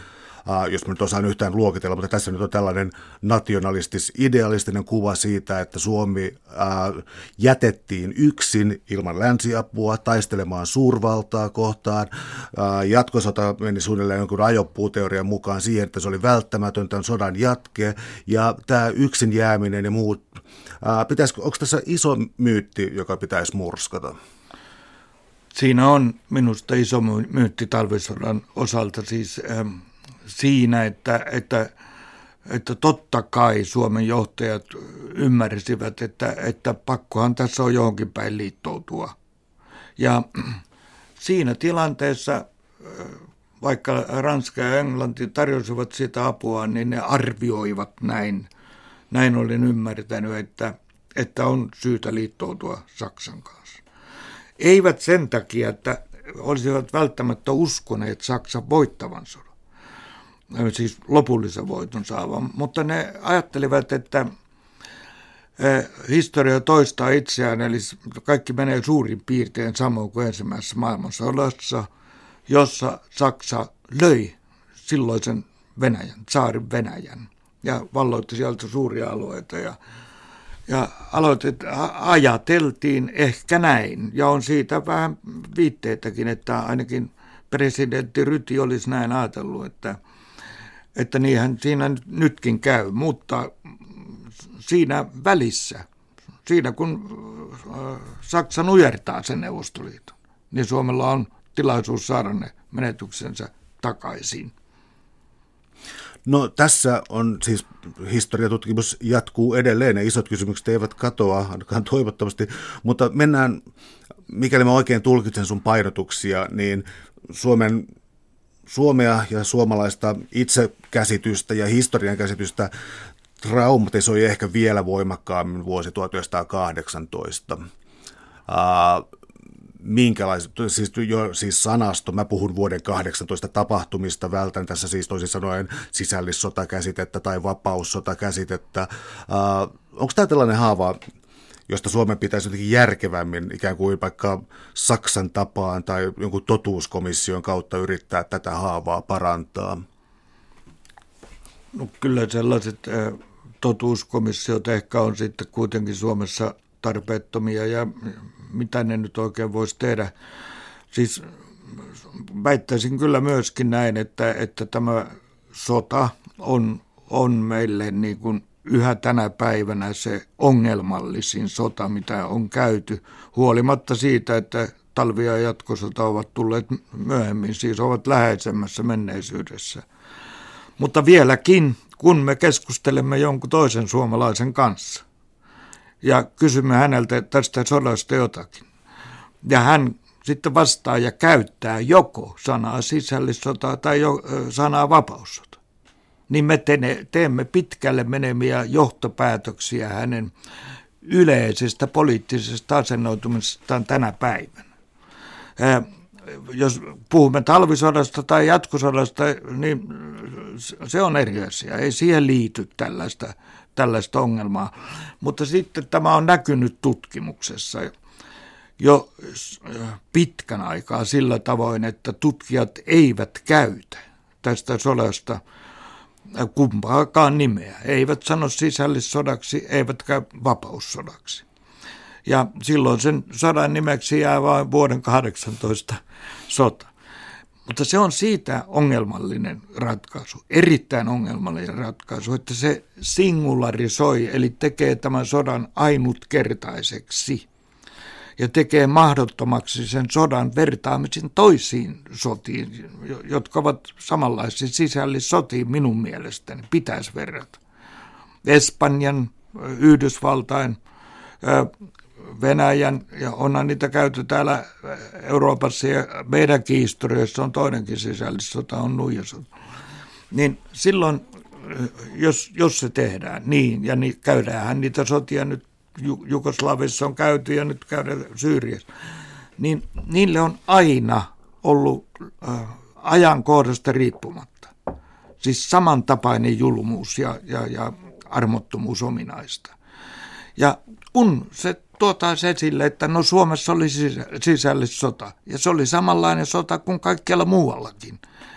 jos mä nyt osaan yhtään luokitella, mutta tässä nyt on tällainen nationalistis-idealistinen kuva siitä, että Suomi jätettiin yksin ilman länsiapua taistelemaan suurvaltaa kohtaan. Jatkosota meni suunnilleen jonkun ajopuuteorian mukaan siihen, että se oli välttämätöntä sodan jatke, ja tämä yksin jääminen ja muut, onko tässä iso myytti, joka pitäisi murskata? Siinä on minusta iso myytti talvisodan osalta siis siinä, että totta kai Suomen johtajat ymmärsivät, että pakkohan tässä on johonkin päin liittoutua. Ja siinä tilanteessa, vaikka Ranska ja Englanti tarjosivat sitä apua, niin ne arvioivat näin. Näin olin ymmärtänyt, että on syytä liittoutua Saksan kanssa. Eivät sen takia, että olisivat välttämättä uskoneet Saksan voittavan sodan, siis lopullisen voiton saavan, mutta ne ajattelivat, että historia toistaa itseään, eli kaikki menee suurin piirtein samoin kuin ensimmäisessä maailmansodassa, jossa Saksa löi silloisen Venäjän, tsaarin Venäjän, ja valloitti sieltä suuria alueita, ja ajateltiin ehkä näin, ja on siitä vähän viitteitäkin, että ainakin presidentti Ryti olisi näin ajatellut, että niinhän siinä nytkin käy, mutta siinä välissä, siinä kun Saksa nujertaa sen Neuvostoliiton, niin Suomella on tilaisuus saada ne menetyksensä takaisin. No tässä on siis historiatutkimus jatkuu edelleen, ne isot kysymykset eivät katoa, ainakaan toivottavasti, mutta mennään, mikäli mä oikein tulkitsen sun painotuksia, niin Suomea ja suomalaista itsekäsitystä ja historian käsitystä traumatisoi ehkä vielä voimakkaammin vuosi 1918. Siis sanasto, mä puhun vuoden 18 tapahtumista, vältän tässä siis toisin sanoen sisällissotakäsitettä tai vapaussotakäsitettä. Onko tämä tällainen haava, josta Suomen pitäisi jotenkin järkevämmin ikään kuin vaikka Saksan tapaan tai jonkun totuuskomission kautta yrittää tätä haavaa parantaa? No, kyllä sellaiset totuuskomissiot ehkä on sitten kuitenkin Suomessa tarpeettomia, ja mitä ne nyt oikein voisi tehdä. Siis väittäisin kyllä myöskin näin, että tämä sota on meille niin kuin yhä tänä päivänä se ongelmallisin sota, mitä on käyty, huolimatta siitä, että talvi- ja jatkosota ovat tulleet myöhemmin, siis ovat läheisemmässä menneisyydessä. Mutta vieläkin, kun me keskustelemme jonkun toisen suomalaisen kanssa ja kysymme häneltä tästä sodasta jotakin, ja hän sitten vastaa ja käyttää joko sanaa sisällissota tai sanaa vapaussota, niin me teemme pitkälle meneviä johtopäätöksiä hänen yleisestä poliittisesta asennoitumisestaan tänä päivänä. Jos puhumme talvisodasta tai jatkosodasta, niin se on eri asia. Ei siihen liity tällaista ongelmaa. Mutta sitten tämä on näkynyt tutkimuksessa jo pitkän aikaa sillä tavoin, että tutkijat eivät käytä tästä sodasta kumpaakaan nimeä. Eivät sano sisällissodaksi, eivätkä vapaussodaksi. Ja silloin sen sodan nimeksi jää vain vuoden 18 sota. Mutta se on siitä ongelmallinen ratkaisu, erittäin ongelmallinen ratkaisu, että se singularisoi, eli tekee tämän sodan ainutkertaiseksi ja tekee mahdottomaksi sen sodan vertaamisen toisiin sotiin, jotka ovat samanlaisia sisällissotiin minun mielestäni, pitäisi verrata. Espanjan, Yhdysvaltain, Venäjän, ja onhan niitä käyty täällä Euroopassa ja meidänkin historiassa on toinenkin sisällissota, on nuijasota. Niin silloin, jos se tehdään niin, ja käydäänhän niitä sotia nyt Jugoslavissa on käyty ja nyt käydään Syyriassa, niin niille on aina ollut ajankohdasta riippumatta. Siis samantapainen julmuus ja armottomuus ominaista. Ja kun se tuotaisiin esille, että no Suomessa oli sisällissota, ja se oli samanlainen sota kuin kaikkialla muuallakin.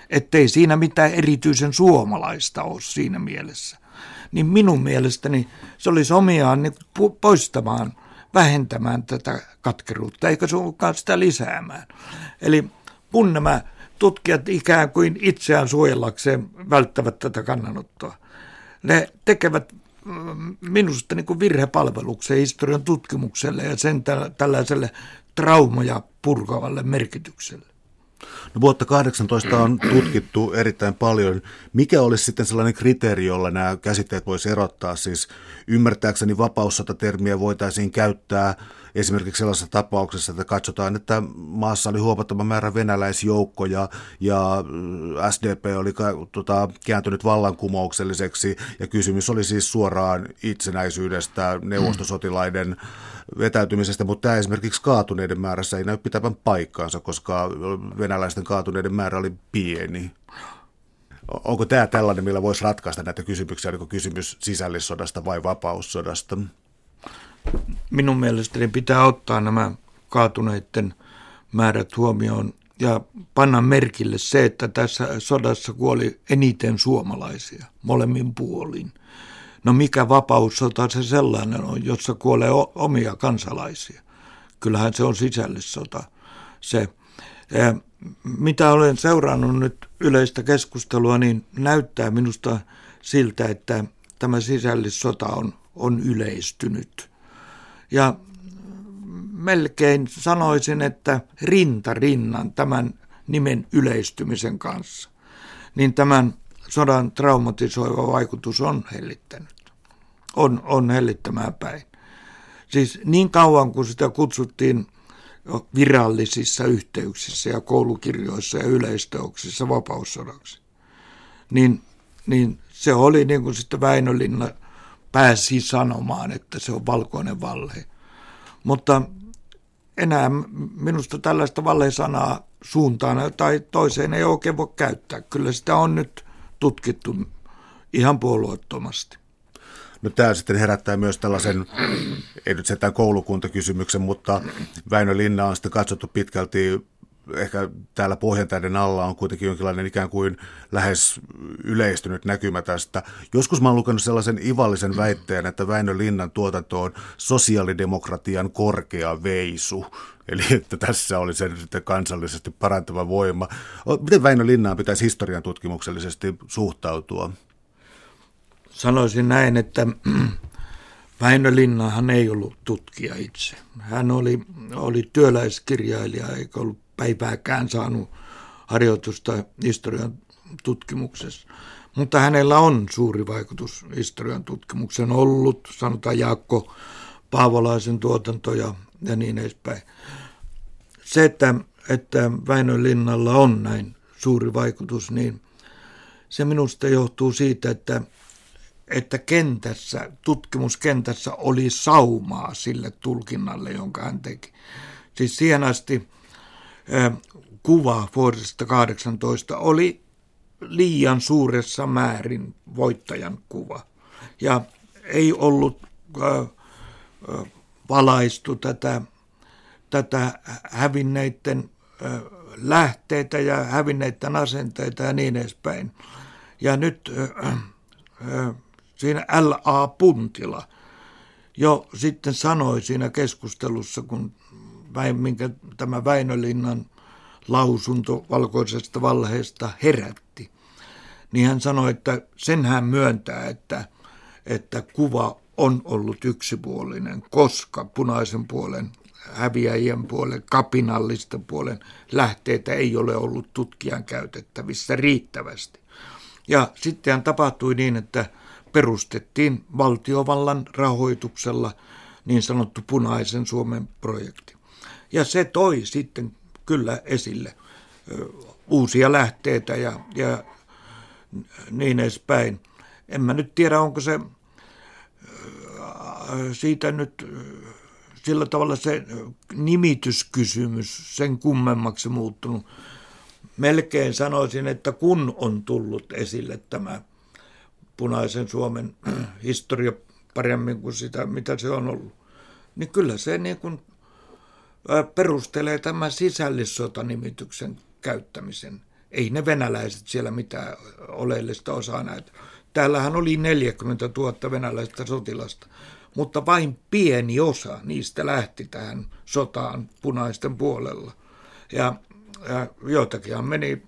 ettei siinä mitään erityisen suomalaista ole siinä mielessä. Niin minun mielestäni se olisi omiaan niin poistamaan, vähentämään tätä katkeruutta, eikä se olekaan sitä lisäämään. Eli kun nämä tutkijat ikään kuin itseään suojellakseen välttävät tätä kannanottoa, ne tekevät minusta niin kuin virhepalveluksen historian tutkimukselle ja sen tällaiselle traumoja purkavalle merkitykselle. No vuotta 18 on tutkittu erittäin paljon. Mikä olisi sitten sellainen kriteeri, jolla nämä käsitteet voisi erottaa? Siis ymmärtääkseni vapaussota-termiä voitaisiin käyttää esimerkiksi sellaisessa tapauksessa, että katsotaan, että maassa oli huomattava määrä venäläisjoukkoja ja SDP oli kääntynyt vallankumoukselliseksi ja kysymys oli siis suoraan itsenäisyydestä, neuvostosotilaiden vetäytymisestä, mutta tämä esimerkiksi kaatuneiden määrässä ei näy pitävän paikkaansa, koska venäläisten kaatuneiden määrä oli pieni. Onko tämä tällainen, millä voisi ratkaista näitä kysymyksiä, oliko kysymys sisällissodasta vai vapaussodasta? Minun mielestäni pitää ottaa nämä kaatuneiden määrät huomioon ja panna merkille se, että tässä sodassa kuoli eniten suomalaisia molemmin puolin. No mikä vapaussota se sellainen on, jossa kuolee omia kansalaisia? Kyllähän se on sisällissota. Se, mitä olen seurannut nyt yleistä keskustelua, niin näyttää minusta siltä, että tämä sisällissota on yleistynyt. Ja melkein sanoisin, että rinta rinnan tämän nimen yleistymisen kanssa, niin tämän sodan traumatisoiva vaikutus on hellittänyt. On hellittämään päin. Siis niin kauan kuin sitä kutsuttiin virallisissa yhteyksissä ja koulukirjoissa ja yleisteoksissa vapaussodaksi, niin se oli niin kuin sitten Väinölinna pääsi sanomaan, että se on valkoinen valhe. Mutta enää minusta tällaista valhesanaa suuntaan tai toiseen ei oikein voi käyttää. Kyllä sitä on nyt tutkittu ihan puolueettomasti. No tämä sitten herättää myös tällaisen, ei nyt setään koulukuntakysymyksen, mutta Väinölinna on sitten katsottu pitkälti, ehkä täällä Pohjantähden alla on kuitenkin jonkinlainen ikään kuin lähes yleistynyt näkymä tästä. Joskus mä oon lukenut sellaisen ivallisen väitteen, että Väinölinnan tuotanto on sosiaalidemokratian korkea veisu. Eli että tässä oli sen sitten kansallisesti parantava voima. Miten Väinölinnaan pitäisi historian tutkimuksellisesti suhtautua? Sanoisin näin, että Väinölinnahan ei ollut tutkija itse. Hän oli työläiskirjailija eikä ollut päivääkään saanut harjoitusta historian tutkimuksessa. Mutta hänellä on suuri vaikutus historian tutkimuksen ollut, sanotaan Jaakko Paavolaisen tuotanto ja niin edespäin. Se, että Väinölinnalla on näin suuri vaikutus, niin se minusta johtuu siitä, että tutkimuskentässä oli saumaa sille tulkinnalle, jonka hän teki. Siis siihen asti kuva vuodesta 18 oli liian suuressa määrin voittajan kuva. Ja ei ollut valaistu tätä hävinneiden lähteitä ja hävinneiden asenteita ja niin edespäin. Ja nyt siinä L.A. Puntila jo sitten sanoi siinä keskustelussa, minkä tämä Väinölinnan lausunto valkoisesta valheesta herätti, niin hän sanoi, että sen hän myöntää, että kuva on ollut yksipuolinen, koska punaisen puolen, häviäjien puolen, kapinallisten puolen lähteitä ei ole ollut tutkijan käytettävissä riittävästi. Ja sitten tapahtui niin, että perustettiin valtiovallan rahoituksella niin sanottu Punaisen Suomen projekti. Ja se toi sitten kyllä esille uusia lähteitä ja niin edespäin. En mä nyt tiedä, onko se siitä nyt sillä tavalla se nimityskysymys sen kummemmaksi muuttunut. Melkein sanoisin, että kun on tullut esille tämä Punaisen Suomen historia paremmin kuin sitä, mitä se on ollut, niin kyllä se niin kuin perustelee tämän sisällissota-nimityksen käyttämisen Ei ne venäläiset siellä mitään oleellista osaa näitä. Täällähän oli 40 000 venäläistä sotilasta, mutta vain pieni osa niistä lähti tähän sotaan punaisten puolella. Ja joitakin meni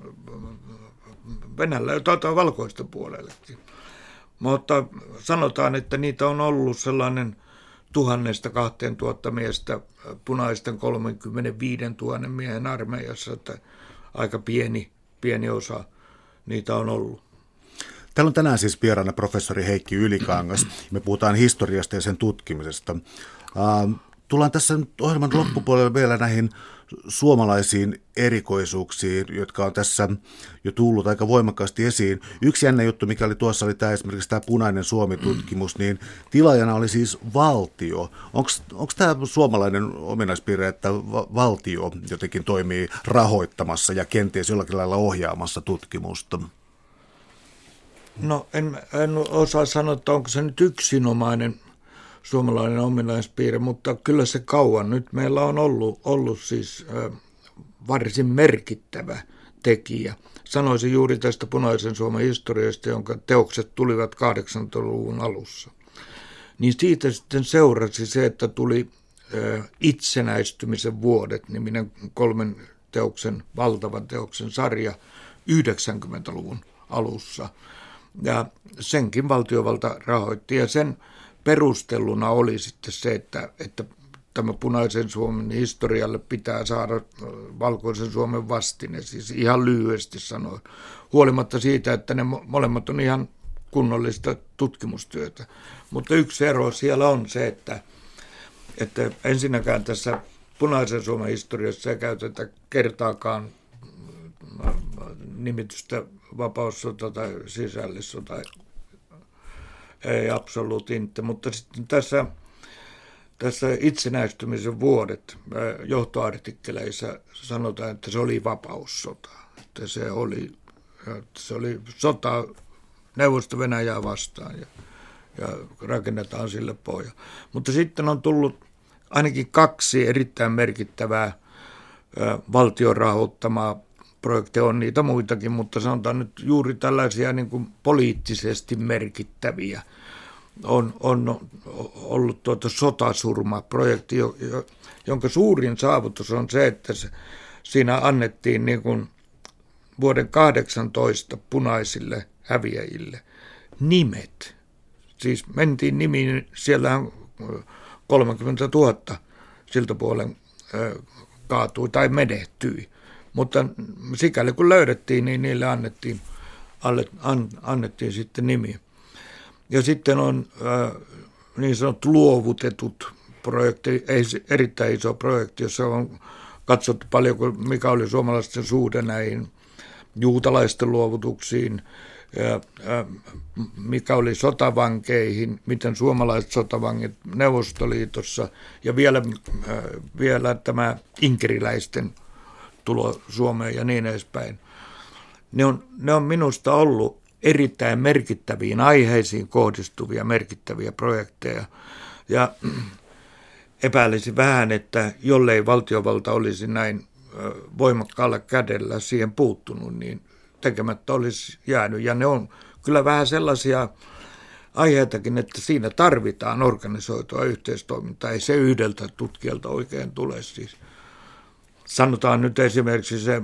valkoisten puolellekin. Mutta sanotaan, että niitä on ollut sellainen 1000–2000 miestä punaisten 35 000 miehen armeijassa, että aika pieni osa niitä on ollut. Täällä on tänään siis vieraana professori Heikki Ylikangas. Me puhutaan historiasta ja sen tutkimisesta. Tullaan tässä ohjelman loppupuolella vielä näihin suomalaisiin erikoisuuksiin, jotka on tässä jo tullut aika voimakkaasti esiin. Yksi jännä juttu, mikä oli tuossa, oli esimerkiksi tämä Punainen Suomi-tutkimus, niin tilaajana oli siis valtio. Onko tämä suomalainen ominaispiirre, että valtio jotenkin toimii rahoittamassa ja kenties jollakin lailla ohjaamassa tutkimusta? No en osaa sanoa, että onko se nyt yksinomainen suomalainen ominaispiirre, mutta kyllä se kauan. Nyt meillä on ollut siis varsin merkittävä tekijä. Sanoisin juuri tästä Punaisen Suomen historiasta, jonka teokset tulivat 80-luvun alussa. Niin siitä sitten seurasi se, että tuli itsenäistymisen vuodet, niminen 3 teoksen, valtavan teoksen sarja 90-luvun alussa. Ja senkin valtiovalta rahoitti, ja sen perusteluna oli sitten se, että tämä Punaisen Suomen historialle pitää saada Valkoisen Suomen vastine, siis ihan lyhyesti sanoen, huolimatta siitä, että ne molemmat on ihan kunnollista tutkimustyötä. Mutta yksi ero siellä on se, että ensinnäkään tässä Punaisen Suomen historiassa ei käytetä kertaakaan nimitystä vapaussota tai sisällissota, ei absoluutinta, mutta sitten tässä itsenäistymisen vuodet johtoartikkeleissa sanotaan, että se oli vapaussota, että se oli sota Neuvosto-Venäjää vastaan ja rakennetaan sille pohja. Mutta sitten on tullut ainakin 2 erittäin merkittävää valtion rahoittamaa projekteja, on niitä muitakin, mutta sanotaan nyt juuri tällaisia niin kuin poliittisesti merkittäviä. On ollut sotasurma-projekti, jonka suurin saavutus on se, että siinä annettiin niin kuin vuoden 18 punaisille häviäjille nimet. Siis mentiin nimiin, siellähän 30 000 siltä puolen kaatui tai menehtyi. Mutta sikäli kun löydettiin, niin niille annettiin sitten nimi. Ja sitten on niin sanottu luovutetut projekti, erittäin iso projekti, jossa on katsottu paljon, mikä oli suomalaisten suhde näihin juutalaisten luovutuksiin, mikä oli sotavankeihin, miten suomalaiset sotavangit Neuvostoliitossa ja vielä tämä inkeriläisten tulo Suomeen ja niin edespäin. Ne on minusta ollut erittäin merkittäviin aiheisiin kohdistuvia merkittäviä projekteja. Ja epäilisin vähän, että jollei valtiovalta olisi näin voimakkaalla kädellä siihen puuttunut, niin tekemättä olisi jäänyt. Ja ne on kyllä vähän sellaisia aiheitakin, että siinä tarvitaan organisoitua yhteistoimintaa. Ei se yhdeltä tutkijalta oikein tule siis. Sanotaan nyt esimerkiksi se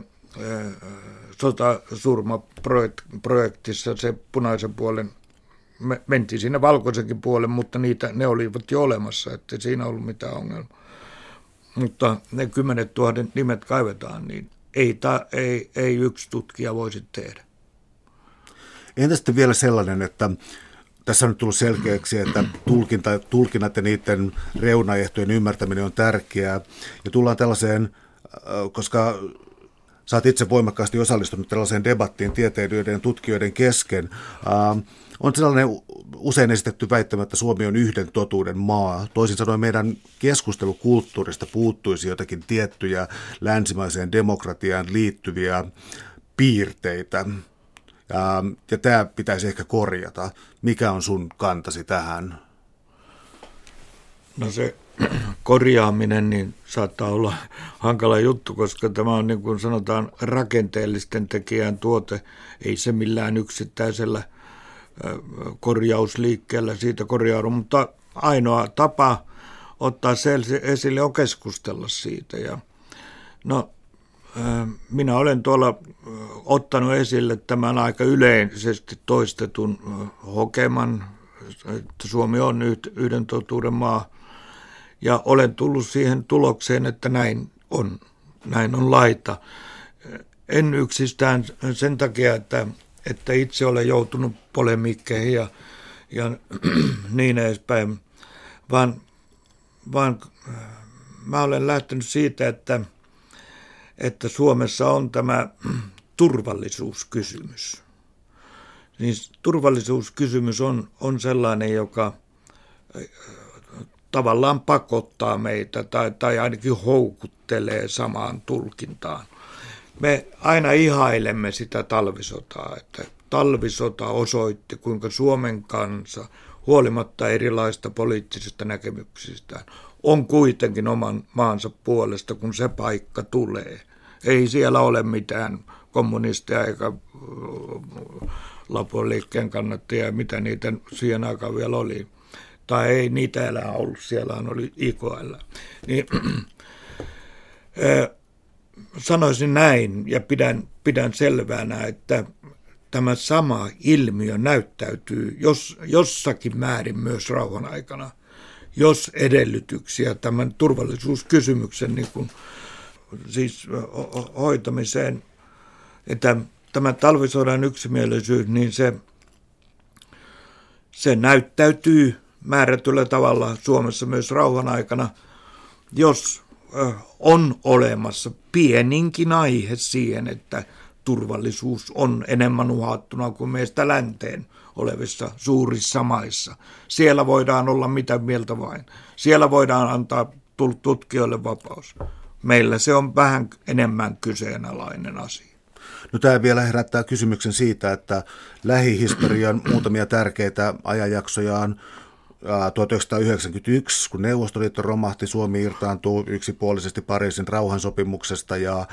sotasurma-projektissa se punaisen puolen, mentiin siinä valkoisenkin puolen, mutta ne olivat jo olemassa, ettei siinä ollut mitään ongelmaa. Mutta ne 10 000 nimet kaivetaan, niin ei yksi tutkija voisi tehdä. Entä sitten vielä sellainen, että tässä on nyt tullut selkeäksi, että tulkinnat ja niiden reunaehtojen ymmärtäminen on tärkeää. Ja tullaan tällaiseen, koska sä oot itse voimakkaasti osallistunut tällaiseen debattiin tieteilijöiden ja tutkijoiden kesken. On sellainen usein esitetty väittämä, että Suomi on yhden totuuden maa. Toisin sanoen meidän keskustelukulttuurista puuttuisi jotakin tiettyjä länsimaiseen demokratiaan liittyviä piirteitä. Ja tämä pitäisi ehkä korjata. Mikä on sun kantasi tähän? No korjaaminen niin saattaa olla hankala juttu, koska tämä on niin kuin sanotaan rakenteellisten tekijän tuote. Ei se millään yksittäisellä korjausliikkeellä siitä korjaudu, mutta ainoa tapa ottaa se esille on keskustella siitä. Ja, no, minä olen tuolla ottanut esille tämän aika yleisesti toistetun hokeman, että Suomi on yhden totuuden maa, ja olen tullut siihen tulokseen, että näin on laita. En yksistään sen takia, että itse olen joutunut polemiikkeihin ja niin edespäin, vaan mä olen lähtenyt siitä, että Suomessa on tämä turvallisuuskysymys. Niin turvallisuuskysymys on sellainen, joka tavallaan pakottaa meitä tai ainakin houkuttelee samaan tulkintaan. Me aina ihailemme sitä talvisotaa, että talvisota osoitti, kuinka Suomen kansa, huolimatta erilaisista poliittisista näkemyksistä, on kuitenkin oman maansa puolesta, kun se paikka tulee. Ei siellä ole mitään kommunisteja eikä Lapon liikkeen kannattajia, mitä niitä siihen aikaan vielä oli. Tai ei niitä enää ollut, siellä oli IKL. Niin, sanoisin näin ja pidän selvänä, että tämä sama ilmiö näyttäytyy jossakin määrin myös rauhan aikana, jos edellytyksiä tämän turvallisuuskysymyksen niin kuin, siis hoitamiseen, että tämä talvisodan yksimielisyys, niin se näyttäytyy määrätyllä tavalla Suomessa myös rauhan aikana, jos on olemassa pieninkin aihe siihen, että turvallisuus on enemmän uhattuna kuin meistä länteen olevissa suurissa maissa. Siellä voidaan olla mitä mieltä vain. Siellä voidaan antaa tutkijoille vapaus. Meillä se on vähän enemmän kyseenalainen asia. No, tämä vielä herättää kysymyksen siitä, että lähihistorian muutamia tärkeitä ajanjaksojaan 1991, kun Neuvostoliitto romahti, Suomi irtaantui yksipuolisesti Pariisin rauhansopimuksesta ja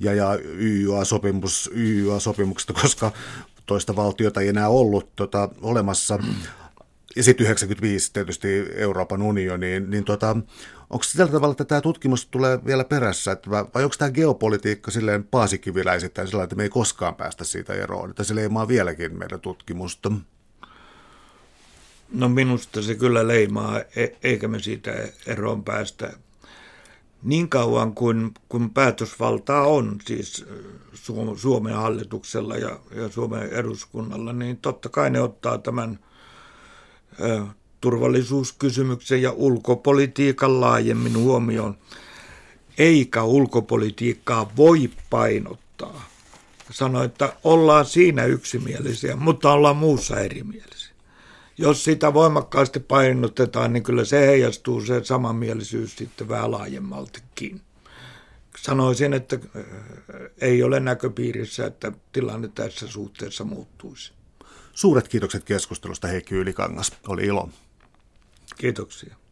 YYA-sopimuksesta, koska toista valtiota ei enää ollut olemassa. Ja sitten 1995 tietysti Euroopan unioniin, niin onko sillä tavalla, että tämä tutkimus tulee vielä perässä, vai onko tämä geopolitiikka silleen paasikiviläisittäin sellainen, että me ei koskaan päästä siitä eroon, että se leimaa vieläkin meidän tutkimusta? No, minusta se kyllä leimaa, eikä me siitä eroon päästä. Niin kauan kuin päätösvaltaa on siis Suomen hallituksella ja Suomen eduskunnalla, niin totta kai ne ottaa tämän turvallisuuskysymyksen ja ulkopolitiikan laajemmin huomioon, eikä ulkopolitiikkaa voi painottaa. Sanoin, että ollaan siinä yksimielisiä, mutta ollaan muussa erimielisiä. Jos sitä voimakkaasti painotetaan, niin kyllä se heijastuu se samanmielisyys sitten vähän laajemmaltikin. Sanoisin, että ei ole näköpiirissä, että tilanne tässä suhteessa muuttuisi. Suuret kiitokset keskustelusta, Heikki Ylikangas. Oli ilo. Kiitoksia.